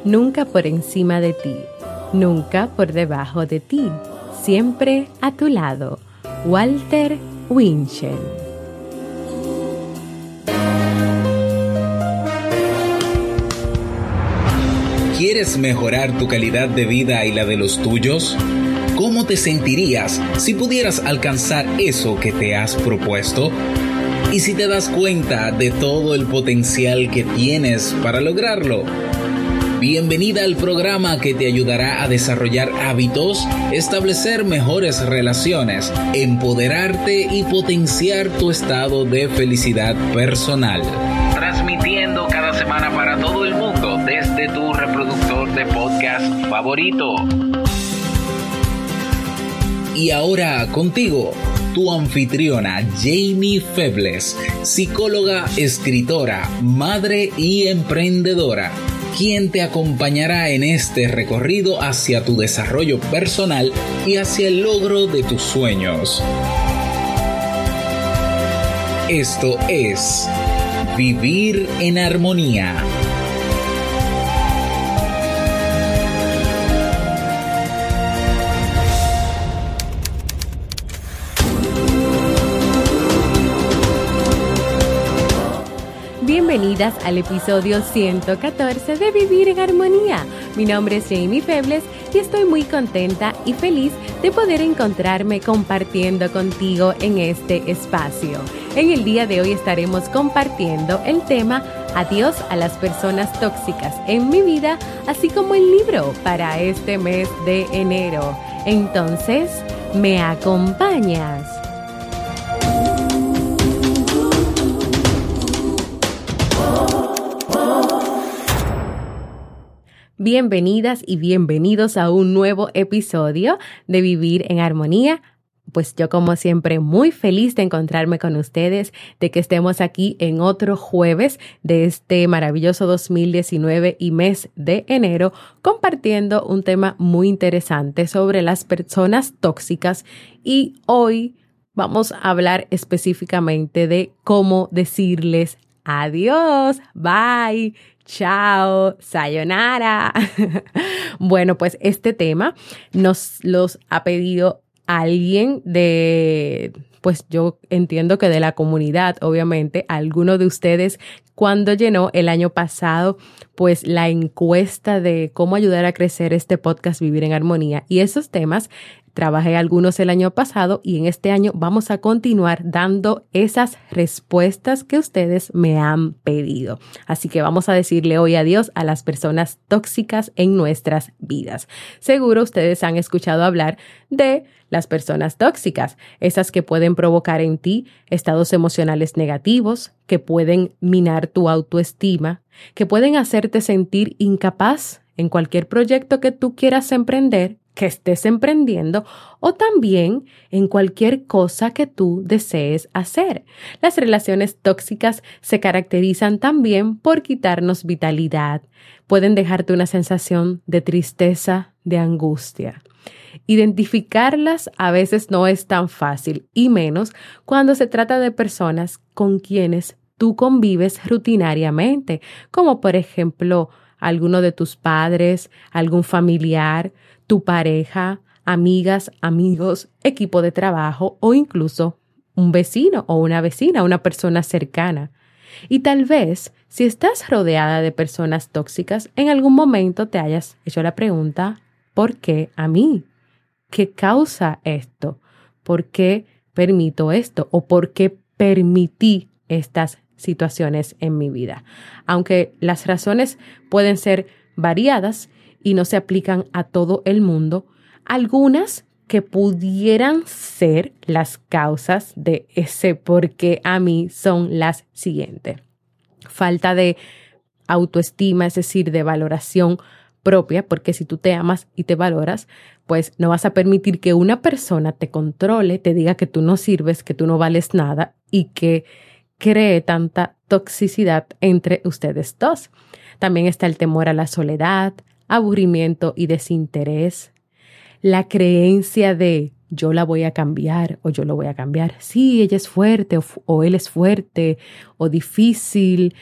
nunca por encima de ti, nunca por debajo de ti, siempre a tu lado. Walter Winchell. ¿Quieres mejorar tu calidad de vida y la de los tuyos? ¿Cómo te sentirías si pudieras alcanzar eso que te has propuesto? ¿Y si te das cuenta de todo el potencial que tienes para lograrlo? Bienvenida al programa que te ayudará a desarrollar hábitos, establecer mejores relaciones, empoderarte y potenciar tu estado de felicidad personal. Transmitiendo cada semana para todo el mundo desde tu reproductor de podcast favorito. Y ahora contigo, tu anfitriona Jamie Febles, psicóloga, escritora, madre y emprendedora, quien te acompañará en este recorrido hacia tu desarrollo personal y hacia el logro de tus sueños. Esto es Vivir en Armonía. Bienvenidas al episodio 114 de Vivir en Armonía. Mi nombre es Jamie Febles y estoy muy contenta y feliz de poder encontrarme compartiendo contigo en este espacio. En el día de hoy estaremos compartiendo el tema Adiós a las personas tóxicas en mi vida, así como el libro para este mes de enero. Entonces, ¿me acompañas? Bienvenidas y bienvenidos a un nuevo episodio de Vivir en Armonía. Pues yo, como siempre, muy feliz de encontrarme con ustedes, de que estemos aquí en otro jueves de este maravilloso 2019 y mes de enero, compartiendo un tema muy interesante sobre las personas tóxicas. Y hoy vamos a hablar específicamente de cómo decirles adiós, bye, chao, sayonara. Bueno, pues este tema nos los ha pedido alguien de, pues yo entiendo que de la comunidad, obviamente, alguno de ustedes cuando llenó el año pasado, pues la encuesta de cómo ayudar a crecer este podcast Vivir en Armonía. Y esos temas trabajé algunos el año pasado y en este año vamos a continuar dando esas respuestas que ustedes me han pedido. Así que vamos a decirle hoy adiós a las personas tóxicas en nuestras vidas. Seguro ustedes han escuchado hablar de las personas tóxicas, esas que pueden provocar en ti estados emocionales negativos, que pueden minar tu autoestima, que pueden hacerte sentir incapaz en cualquier proyecto que tú quieras emprender, que estés emprendiendo, o también en cualquier cosa que tú desees hacer. Las relaciones tóxicas se caracterizan también por quitarnos vitalidad. Pueden dejarte una sensación de tristeza, de angustia. Identificarlas a veces no es tan fácil, y menos cuando se trata de personas con quienes tú convives rutinariamente, como por ejemplo alguno de tus padres, algún familiar, tu pareja, amigas, amigos, equipo de trabajo o incluso un vecino o una vecina, una persona cercana. Y tal vez, si estás rodeada de personas tóxicas, en algún momento te hayas hecho la pregunta, ¿por qué a mí? ¿Qué causa esto? ¿Por qué permito esto? ¿O por qué permití estas situaciones en mi vida? Aunque las razones pueden ser variadas y no se aplican a todo el mundo, algunas que pudieran ser las causas de ese por qué a mí son las siguientes. Falta de autoestima, es decir, de valoración propia, porque si tú te amas y te valoras, pues no vas a permitir que una persona te controle, te diga que tú no sirves, que tú no vales nada y que cree tanta toxicidad entre ustedes dos. También está el temor a la soledad, aburrimiento y desinterés, la creencia de yo la voy a cambiar o yo lo voy a cambiar. Sí, ella es fuerte o él es fuerte o difícil,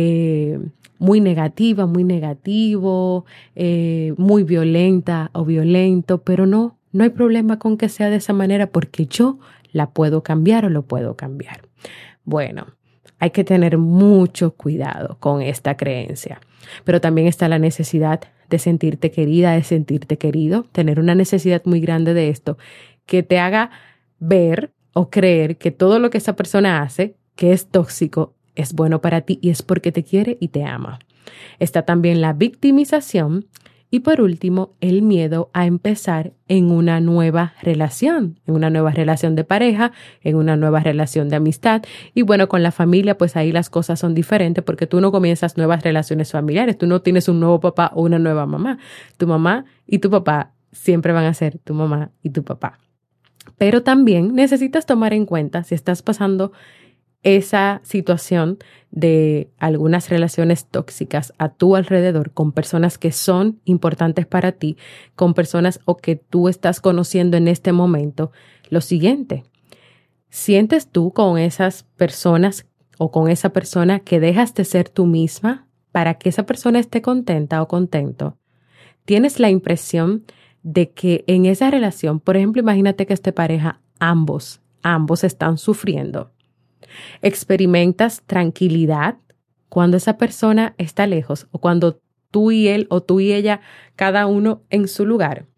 muy negativa, muy negativo, muy violenta o violento, pero no hay problema con que sea de esa manera porque yo la puedo cambiar o lo puedo cambiar. Bueno, hay que tener mucho cuidado con esta creencia, pero también está la necesidad de sentirte querida, de sentirte querido, tener una necesidad muy grande de esto que te haga ver o creer que todo lo que esa persona hace, que es tóxico, es bueno para ti y es porque te quiere y te ama. Está también la victimización y por último, el miedo a empezar en una nueva relación de pareja, en una nueva relación de amistad. Y bueno, con la familia, pues ahí las cosas son diferentes porque tú no comienzas nuevas relaciones familiares, tú no tienes un nuevo papá o una nueva mamá. Tu mamá y tu papá siempre van a ser tu mamá y tu papá. Pero también necesitas tomar en cuenta si estás pasando esa situación de algunas relaciones tóxicas a tu alrededor con personas que son importantes para ti, con personas o que tú estás conociendo en este momento, lo siguiente, ¿sientes tú con esas personas o con esa persona que dejas de ser tú misma para que esa persona esté contenta o contento? ¿Tienes la impresión de que en esa relación, por ejemplo, imagínate que esta pareja, ambos están sufriendo? ¿Experimentas tranquilidad cuando esa persona está lejos o cuando tú y él o tú y ella, cada uno en su lugar?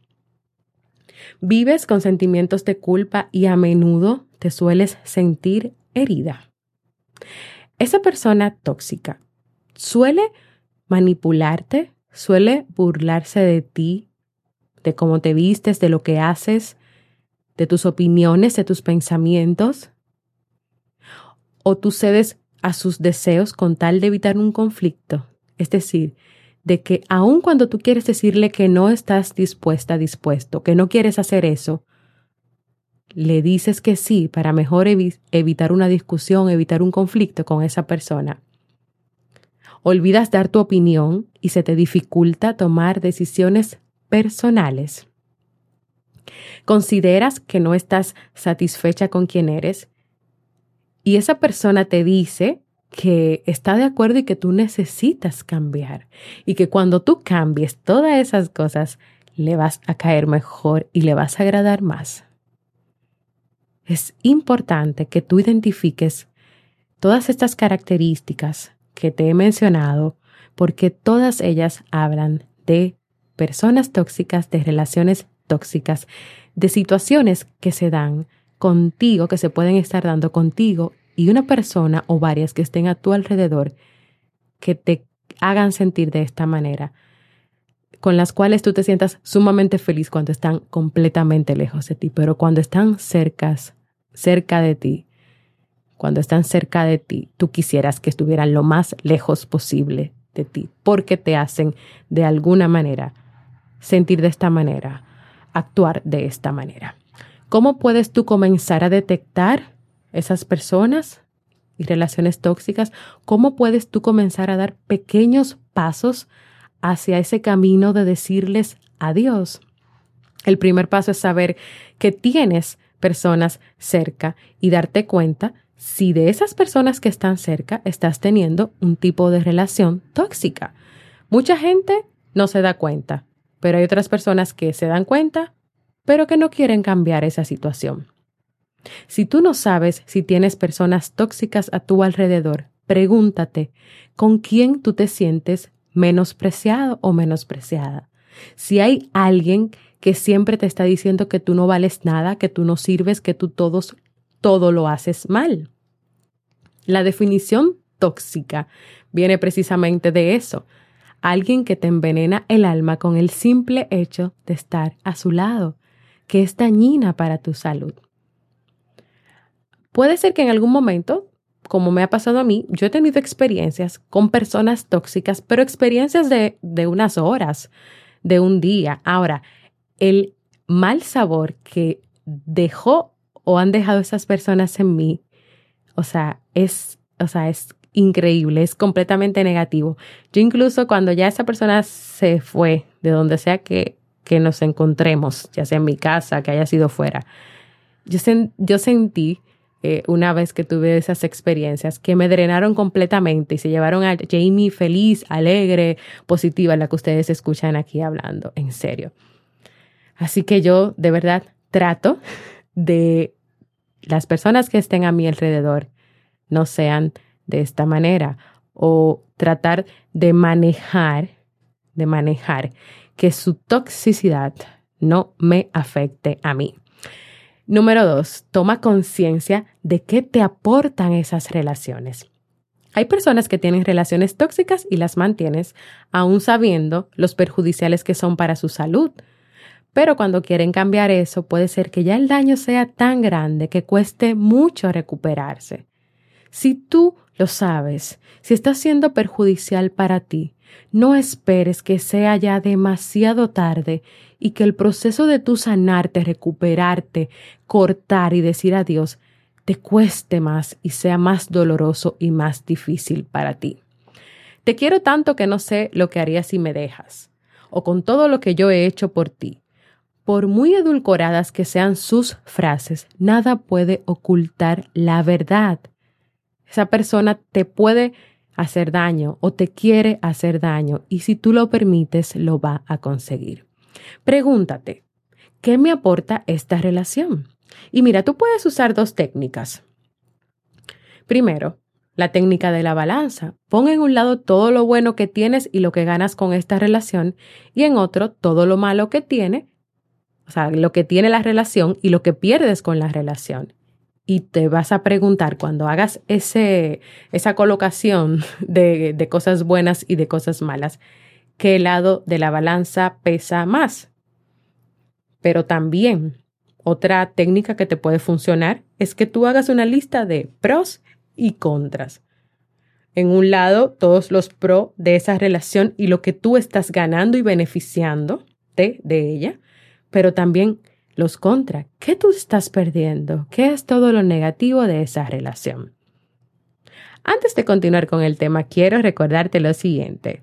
¿Vives con sentimientos de culpa y a menudo te sueles sentir herida? Esa persona tóxica suele manipularte, suele burlarse de ti, de cómo te vistes, de lo que haces, de tus opiniones, de tus pensamientos. O tú cedes a sus deseos con tal de evitar un conflicto. Es decir, de que aun cuando tú quieres decirle que no estás dispuesto, que no quieres hacer eso, le dices que sí para mejor evitar una discusión, evitar un conflicto con esa persona. Olvidas dar tu opinión y se te dificulta tomar decisiones personales. Consideras que no estás satisfecha con quien eres y esa persona te dice que está de acuerdo y que tú necesitas cambiar y que cuando tú cambies todas esas cosas le vas a caer mejor y le vas a agradar más. Es importante que tú identifiques todas estas características que te he mencionado porque todas ellas hablan de personas tóxicas, de relaciones tóxicas, de situaciones que se dan contigo, que se pueden estar dando contigo y una persona o varias que estén a tu alrededor que te hagan sentir de esta manera, con las cuales tú te sientas sumamente feliz cuando están completamente lejos de ti, pero cuando están cerca de ti, tú quisieras que estuvieran lo más lejos posible de ti, porque te hacen de alguna manera sentir de esta manera, actuar de esta manera. ¿Cómo puedes tú comenzar a detectar esas personas y relaciones tóxicas? ¿Cómo puedes tú comenzar a dar pequeños pasos hacia ese camino de decirles adiós? El primer paso es saber que tienes personas cerca y darte cuenta si de esas personas que están cerca estás teniendo un tipo de relación tóxica. Mucha gente no se da cuenta, pero hay otras personas que se dan cuenta, pero que no quieren cambiar esa situación. Si tú no sabes si tienes personas tóxicas a tu alrededor, pregúntate con quién tú te sientes menospreciado o menospreciada. Si hay alguien que siempre te está diciendo que tú no vales nada, que tú no sirves, que tú todo lo haces mal. La definición tóxica viene precisamente de eso. Alguien que te envenena el alma con el simple hecho de estar a su lado, que es dañina para tu salud. Puede ser que en algún momento, como me ha pasado a mí, yo he tenido experiencias con personas tóxicas, pero experiencias de unas horas, de un día. Ahora, el mal sabor que dejó o han dejado esas personas en mí, es increíble, es completamente negativo. Yo incluso cuando ya esa persona se fue, de donde sea que que nos encontremos, ya sea en mi casa, que haya sido fuera. Yo sentí una vez que tuve esas experiencias que me drenaron completamente y se llevaron a Jamie feliz, alegre, positiva, la que ustedes escuchan aquí hablando, en serio. Así que yo de verdad trato de las personas que estén a mi alrededor no sean de esta manera, o tratar de manejar que su toxicidad no me afecte a mí. Número 2, toma conciencia de qué te aportan esas relaciones. Hay personas que tienen relaciones tóxicas y las mantienes aún sabiendo los perjudiciales que son para su salud. Pero cuando quieren cambiar eso, puede ser que ya el daño sea tan grande que cueste mucho recuperarse. Si tú lo sabes, si está siendo perjudicial para ti, no esperes que sea ya demasiado tarde y que el proceso de tu sanarte, recuperarte, cortar y decir adiós te cueste más y sea más doloroso y más difícil para ti. Te quiero tanto que no sé lo que haría si me dejas, o con todo lo que yo he hecho por ti. Por muy edulcoradas que sean sus frases, nada puede ocultar la verdad. Esa persona te puede hacer daño o te quiere hacer daño y si tú lo permites, lo va a conseguir. Pregúntate, ¿qué me aporta esta relación? Y mira, tú puedes usar 2 técnicas. Primero, la técnica de la balanza. Pon en un lado todo lo bueno que tienes y lo que ganas con esta relación y en otro todo lo malo que tiene, o sea, lo que tiene la relación y lo que pierdes con la relación. Y te vas a preguntar cuando hagas esa colocación de cosas buenas y de cosas malas, ¿qué lado de la balanza pesa más? Pero también otra técnica que te puede funcionar es que tú hagas una lista de pros y contras. En un lado, todos los pros de esa relación y lo que tú estás ganando y beneficiándote de ella, pero también los contras. ¿Qué tú estás perdiendo? ¿Qué es todo lo negativo de esa relación? Antes de continuar con el tema, quiero recordarte lo siguiente.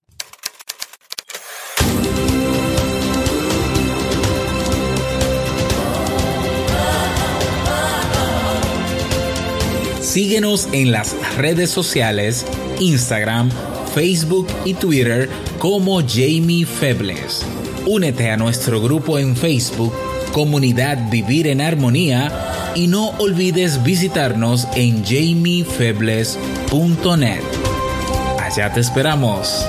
Síguenos en las redes sociales, Instagram, Facebook y Twitter como Jamie Febles. Únete a nuestro grupo en Facebook, Comunidad Vivir en Armonía, y no olvides visitarnos en jamiefebles.net. Allá te esperamos.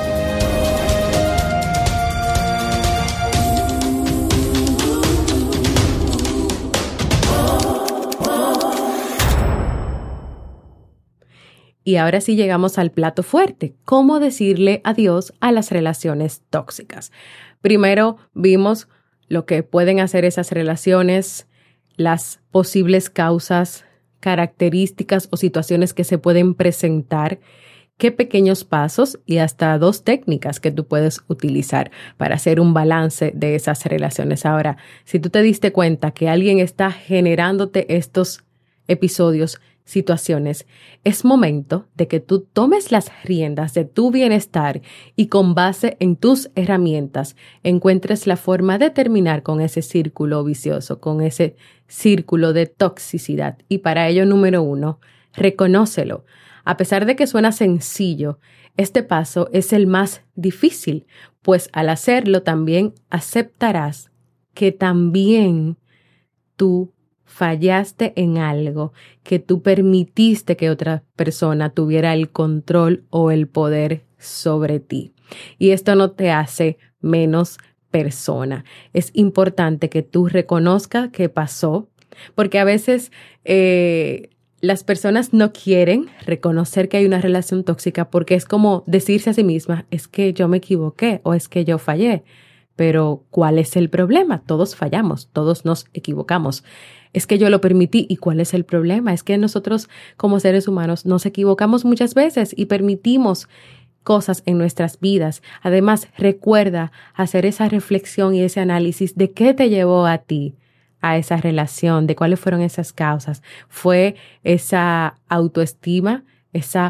Y ahora sí llegamos al plato fuerte, cómo decirle adiós a las relaciones tóxicas. Primero vimos lo que pueden hacer esas relaciones, las posibles causas, características o situaciones que se pueden presentar, qué pequeños pasos y hasta 2 técnicas que tú puedes utilizar para hacer un balance de esas relaciones. Ahora, si tú te diste cuenta que alguien está generándote estos episodios, situaciones, es momento de que tú tomes las riendas de tu bienestar y con base en tus herramientas encuentres la forma de terminar con ese círculo vicioso, con ese círculo de toxicidad. Y para ello, número 1, reconócelo. A pesar de que suena sencillo, este paso es el más difícil, pues al hacerlo también aceptarás que también tú fallaste en algo, que tú permitiste que otra persona tuviera el control o el poder sobre ti. Y esto no te hace menos persona. Es importante que tú reconozcas que pasó, porque a veces las personas no quieren reconocer que hay una relación tóxica porque es como decirse a sí misma, es que yo me equivoqué o es que yo fallé. Pero ¿cuál es el problema? Todos fallamos, todos nos equivocamos. Es que yo lo permití. ¿Y cuál es el problema? Es que nosotros como seres humanos nos equivocamos muchas veces y permitimos cosas en nuestras vidas. Además, recuerda hacer esa reflexión y ese análisis de qué te llevó a ti a esa relación, de cuáles fueron esas causas. ¿Fue esa autoestima, esa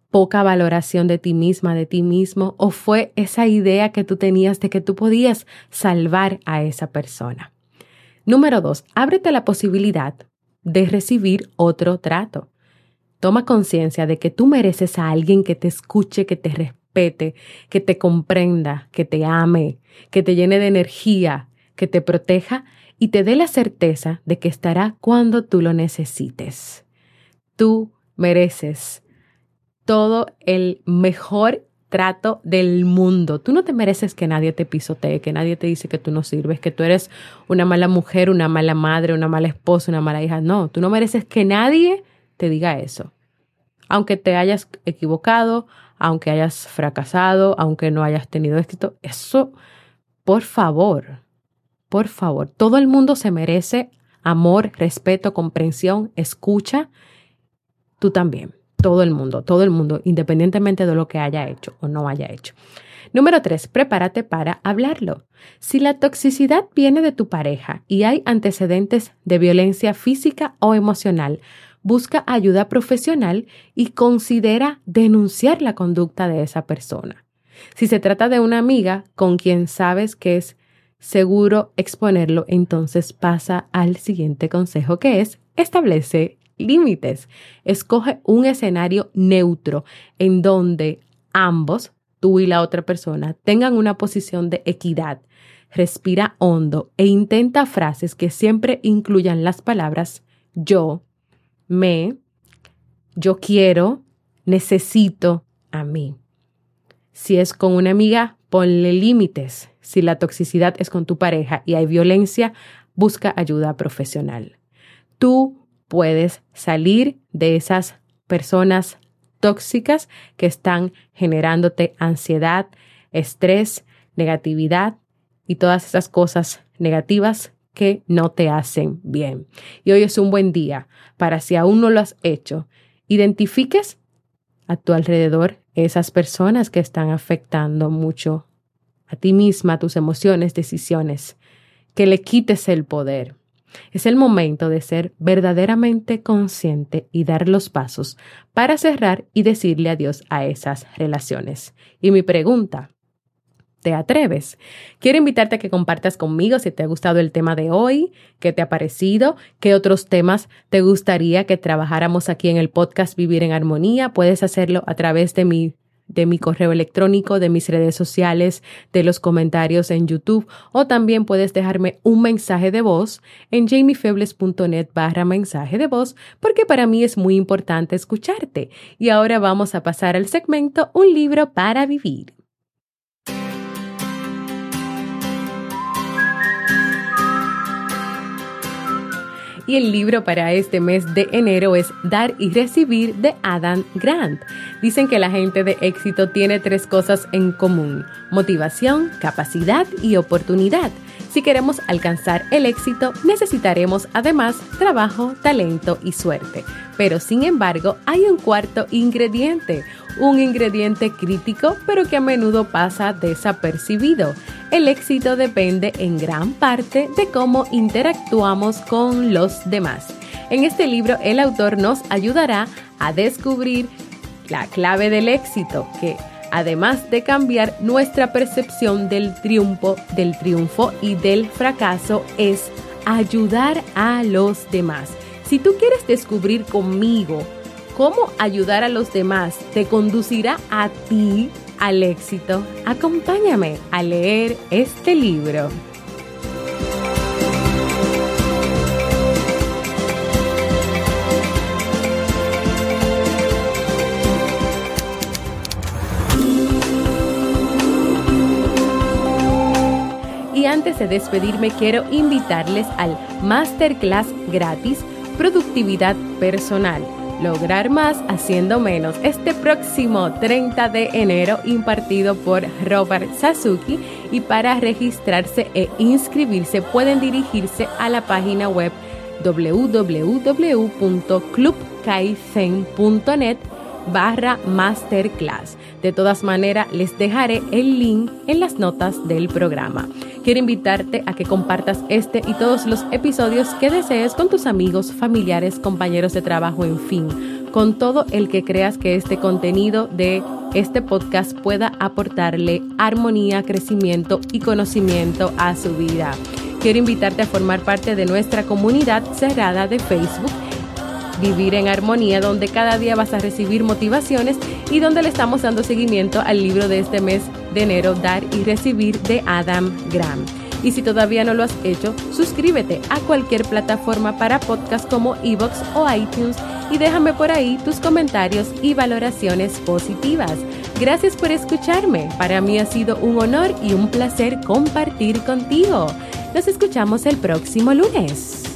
poca valoración de ti misma, de ti mismo, o fue esa idea que tú tenías de que tú podías salvar a esa persona? Número 2, ábrete la posibilidad de recibir otro trato. Toma conciencia de que tú mereces a alguien que te escuche, que te respete, que te comprenda, que te ame, que te llene de energía, que te proteja y te dé la certeza de que estará cuando tú lo necesites. Tú mereces todo el mejor trato del mundo. Tú no te mereces que nadie te pisotee, que nadie te dice que tú no sirves, que tú eres una mala mujer, una mala madre, una mala esposa, una mala hija. No, tú no mereces que nadie te diga eso. Aunque te hayas equivocado, aunque hayas fracasado, aunque no hayas tenido éxito, eso, por favor, todo el mundo se merece amor, respeto, comprensión, escucha. Tú también. Todo el mundo, independientemente de lo que haya hecho o no haya hecho. Número 3, prepárate para hablarlo. Si la toxicidad viene de tu pareja y hay antecedentes de violencia física o emocional, busca ayuda profesional y considera denunciar la conducta de esa persona. Si se trata de una amiga con quien sabes que es seguro exponerlo, entonces pasa al siguiente consejo, que es establece límites. Escoge un escenario neutro en donde ambos, tú y la otra persona, tengan una posición de equidad. Respira hondo e intenta frases que siempre incluyan las palabras yo, me, yo quiero, necesito, a mí. Si es con una amiga, ponle límites. Si la toxicidad es con tu pareja y hay violencia, busca ayuda profesional. Tú puedes salir de esas personas tóxicas que están generándote ansiedad, estrés, negatividad y todas esas cosas negativas que no te hacen bien. Y hoy es un buen día para, si aún no lo has hecho, identifiques a tu alrededor esas personas que están afectando mucho a ti misma, a tus emociones, decisiones, que le quites el poder. Es el momento de ser verdaderamente consciente y dar los pasos para cerrar y decirle adiós a esas relaciones. Y mi pregunta, ¿te atreves? Quiero invitarte a que compartas conmigo si te ha gustado el tema de hoy, qué te ha parecido, qué otros temas te gustaría que trabajáramos aquí en el podcast Vivir en Armonía. Puedes hacerlo a través de mi correo electrónico, de mis redes sociales, de los comentarios en YouTube, o también puedes dejarme un mensaje de voz en jamiefebles.net/mensaje de voz, porque para mí es muy importante escucharte. Y ahora vamos a pasar al segmento Un libro para vivir. Y el libro para este mes de enero es Dar y Recibir de Adam Grant. Dicen que la gente de éxito tiene 3 cosas en común: motivación, capacidad y oportunidad. Si queremos alcanzar el éxito, necesitaremos además trabajo, talento y suerte. Pero sin embargo, hay un cuarto ingrediente, un ingrediente crítico, pero que a menudo pasa desapercibido. El éxito depende en gran parte de cómo interactuamos con los demás. En este libro, el autor nos ayudará a descubrir la clave del éxito, que además de cambiar nuestra percepción del triunfo y del fracaso, es ayudar a los demás. Si tú quieres descubrir conmigo cómo ayudar a los demás te conducirá a ti al éxito, acompáñame a leer este libro. Y antes de despedirme, quiero invitarles al Masterclass gratis Productividad Personal. Lograr más haciendo menos, este próximo 30 de enero, impartido por Robert Sasuki. Y para registrarse e inscribirse pueden dirigirse a la página web www.clubkaizen.net/masterclass. De todas maneras, les dejaré el link en las notas del programa. Quiero invitarte a que compartas este y todos los episodios que desees con tus amigos, familiares, compañeros de trabajo, en fin, con todo el que creas que este contenido de este podcast pueda aportarle armonía, crecimiento y conocimiento a su vida. Quiero invitarte a formar parte de nuestra comunidad cerrada de Facebook, Vivir en Armonía, donde cada día vas a recibir motivaciones y donde le estamos dando seguimiento al libro de este mes de enero, Dar y Recibir, de Adam Grant. Y si todavía no lo has hecho, suscríbete a cualquier plataforma para podcast como iVoox o iTunes y déjame por ahí tus comentarios y valoraciones positivas. Gracias por escucharme. Para mí ha sido un honor y un placer compartir contigo. Nos escuchamos el próximo lunes.